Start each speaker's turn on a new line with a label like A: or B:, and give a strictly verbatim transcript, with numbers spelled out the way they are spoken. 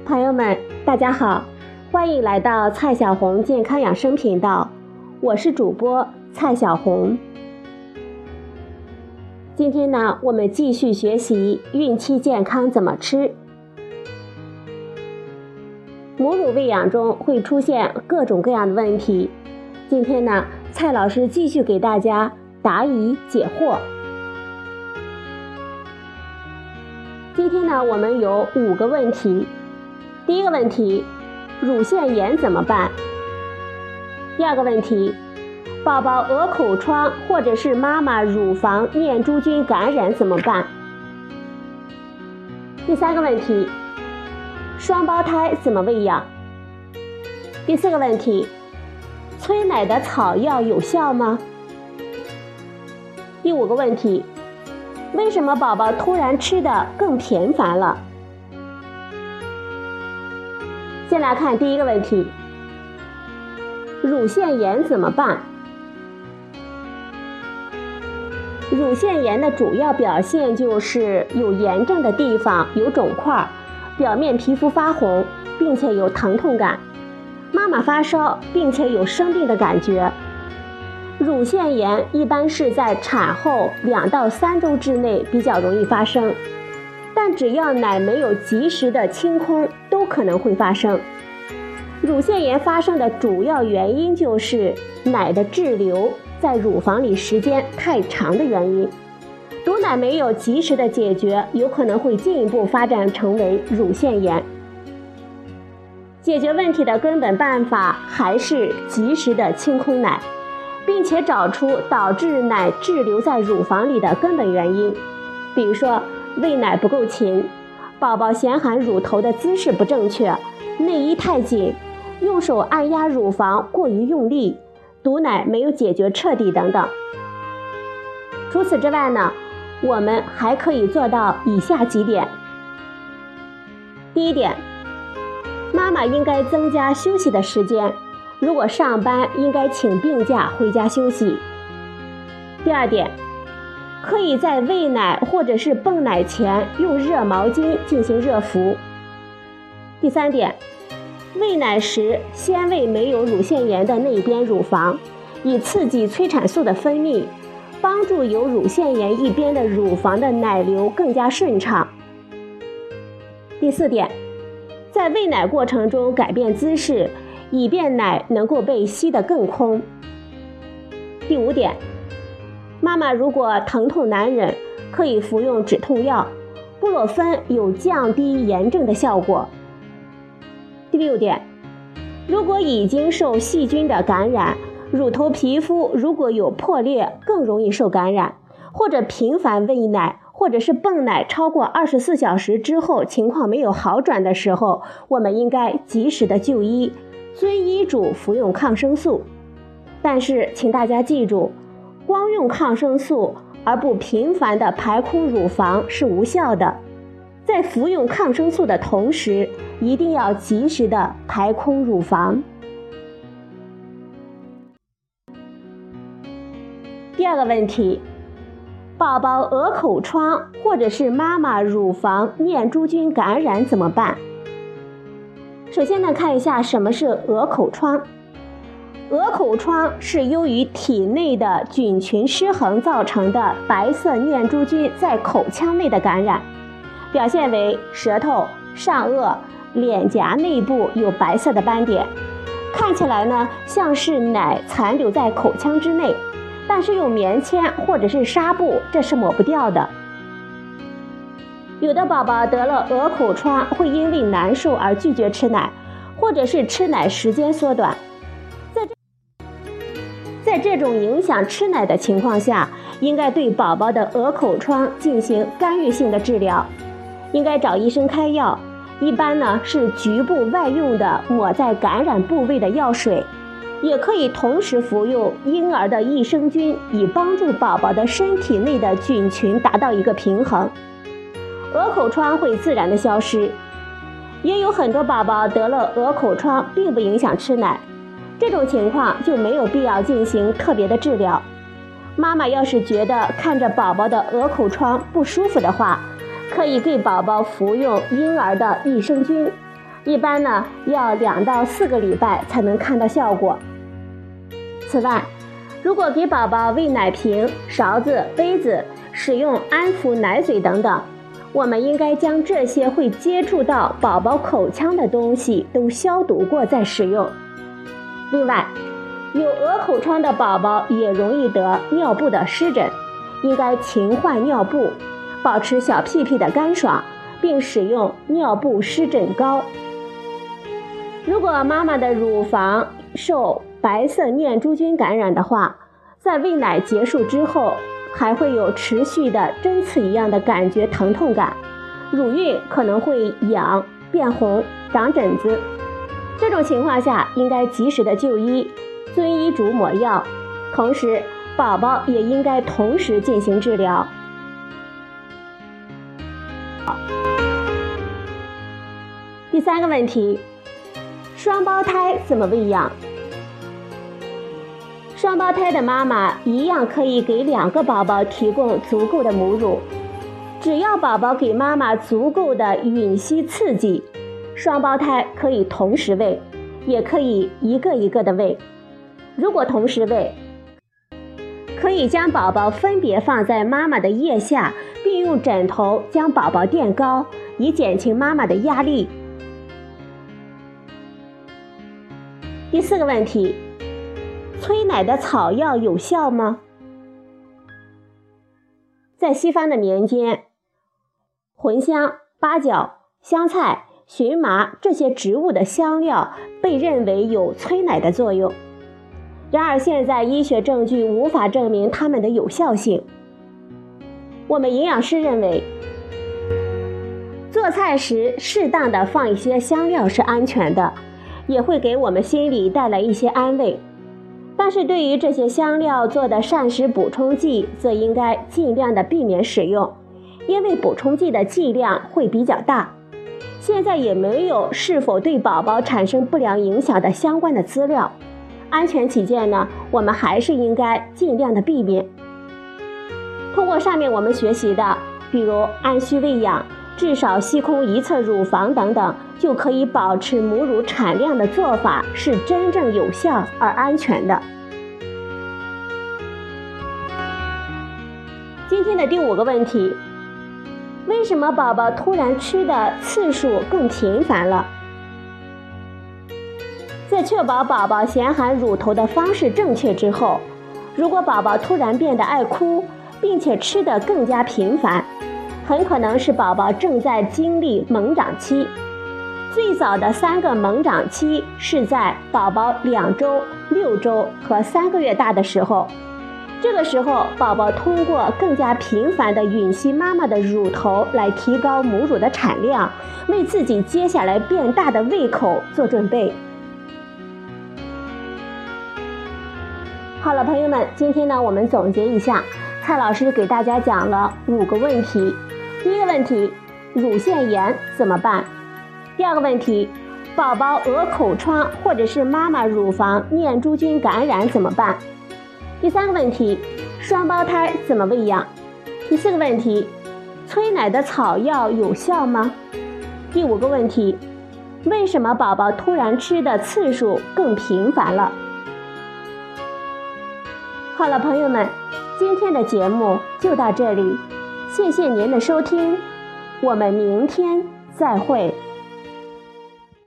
A: 朋友们，大家好，欢迎来到蔡小红健康养生频道，我是主播蔡小红。今天呢，我们继续学习孕期健康怎么吃。母乳喂养中会出现各种各样的问题，今天呢，蔡老师继续给大家答疑解惑。今天呢，我们有五个问题。第一个问题，乳腺炎怎么办？第二个问题，宝宝鹅口疮或者是妈妈乳房念珠菌感染怎么办？第三个问题，双胞胎怎么喂养？第四个问题，催奶的草药有效吗？第五个问题，为什么宝宝突然吃的更频繁了？先来看第一个问题，乳腺炎怎么办？乳腺炎的主要表现就是有炎症的地方有肿块，表面皮肤发红，并且有疼痛感，妈妈发烧，并且有生病的感觉。乳腺炎一般是在产后两到三周之内比较容易发生，但只要奶没有及时的清空，都可能会发生。乳腺炎发生的主要原因就是奶的滞留在乳房里时间太长的原因。堵奶没有及时的解决，有可能会进一步发展成为乳腺炎。解决问题的根本办法还是及时的清空奶，并且找出导致奶滞留在乳房里的根本原因，比如说喂奶不够勤，宝宝衔含乳头的姿势不正确，内衣太紧，用手按压乳房过于用力，堵奶没有解决彻底等等。除此之外呢，我们还可以做到以下几点。第一点，妈妈应该增加休息的时间，如果上班应该请病假回家休息。第二点，可以在喂奶或者是泵奶前用热毛巾进行热敷。第三点，喂奶时先喂没有乳腺炎的那一边乳房，以刺激催产素的分泌，帮助有乳腺炎一边的乳房的奶流更加顺畅。第四点，在喂奶过程中改变姿势，以便奶能够被吸得更空。第五点，妈妈如果疼痛难忍，可以服用止痛药，布洛芬有降低炎症的效果。第六点，如果已经受细菌的感染，乳头皮肤如果有破裂，更容易受感染，或者频繁喂奶，或者是泵奶超过二十四小时之后情况没有好转的时候，我们应该及时的就医，遵医嘱服用抗生素。但是请大家记住，光用抗生素而不频繁的排空乳房是无效的，在服用抗生素的同时，一定要及时的排空乳房。第二个问题，宝宝鹅口疮或者是妈妈乳房念珠菌感染怎么办？首先呢，看一下什么是鹅口疮。鹅口疮是由于体内的菌群失衡造成的白色念珠菌在口腔内的感染，表现为舌头、上颚、脸颊内部有白色的斑点，看起来呢像是奶残留在口腔之内，但是用棉签或者是纱布这是抹不掉的。有的宝宝得了鹅口疮会因为难受而拒绝吃奶，或者是吃奶时间缩短。在这在这种影响吃奶的情况下，应该对宝宝的鹅口疮进行干预性的治疗，应该找医生开药，一般呢是局部外用的抹在感染部位的药水，也可以同时服用婴儿的益生菌，以帮助宝宝的身体内的菌群达到一个平衡。鹅口疮会自然的消失，也有很多宝宝得了鹅口疮并不影响吃奶，这种情况就没有必要进行特别的治疗。妈妈要是觉得看着宝宝的鹅口疮不舒服的话，可以给宝宝服用婴儿的益生菌， 一般呢要两到四个礼拜才能看到效果。此外，如果给宝宝喂奶瓶、勺子、杯子，使用安抚奶嘴等等，我们应该将这些会接触到宝宝口腔的东西都消毒过再使用。另外，有鹅口疮的宝宝也容易得尿布的湿疹，应该勤换尿布，保持小屁屁的干爽，并使用尿布湿疹膏。如果妈妈的乳房受白色念珠菌感染的话，在喂奶结束之后，还会有持续的针刺一样的感觉疼痛感，乳晕可能会痒、变红、长疹子。这种情况下应该及时的就医，遵医嘱抹药，同时宝宝也应该同时进行治疗。第三个问题，双胞胎怎么喂养？双胞胎的妈妈一样可以给两个宝宝提供足够的母乳，只要宝宝给妈妈足够的吮吸刺激，双胞胎可以同时喂，也可以一个一个的喂。如果同时喂，可以将宝宝分别放在妈妈的腋下，并用枕头将宝宝垫高，以减轻妈妈的压力。第四个问题，催奶的草药有效吗？在西方的民间，茴香、八角、香菜、荨麻这些植物的香料被认为有催奶的作用。然而现在医学证据无法证明它们的有效性。我们营养师认为，做菜时适当的放一些香料是安全的，也会给我们心里带来一些安慰。但是对于这些香料做的膳食补充剂，则应该尽量的避免使用，因为补充剂的剂量会比较大。现在也没有是否对宝宝产生不良影响的相关的资料。安全起见呢，我们还是应该尽量的避免。通过上面我们学习的，比如按需喂养、至少吸空一侧乳房等等，就可以保持母乳产量的做法是真正有效而安全的。今天的第五个问题，为什么宝宝突然吃的次数更频繁了？在确保宝宝衔含乳头的方式正确之后，如果宝宝突然变得爱哭，并且吃得更加频繁，很可能是宝宝正在经历猛长期。最早的三个猛长期是在宝宝两周、六周和三个月大的时候，这个时候宝宝通过更加频繁的吮吸妈妈的乳头来提高母乳的产量，为自己接下来变大的胃口做准备。好了，朋友们，今天呢我们总结一下，蔡老师给大家讲了五个问题。第一个问题，乳腺炎怎么办？第二个问题，宝宝鹅口疮或者是妈妈乳房念珠菌感染怎么办？第三个问题，双胞胎怎么喂养？第四个问题，催奶的草药有效吗？第五个问题，为什么宝宝突然吃的次数更频繁了？好了，朋友们，今天的节目就到这里，谢谢您的收听，我们明天再会。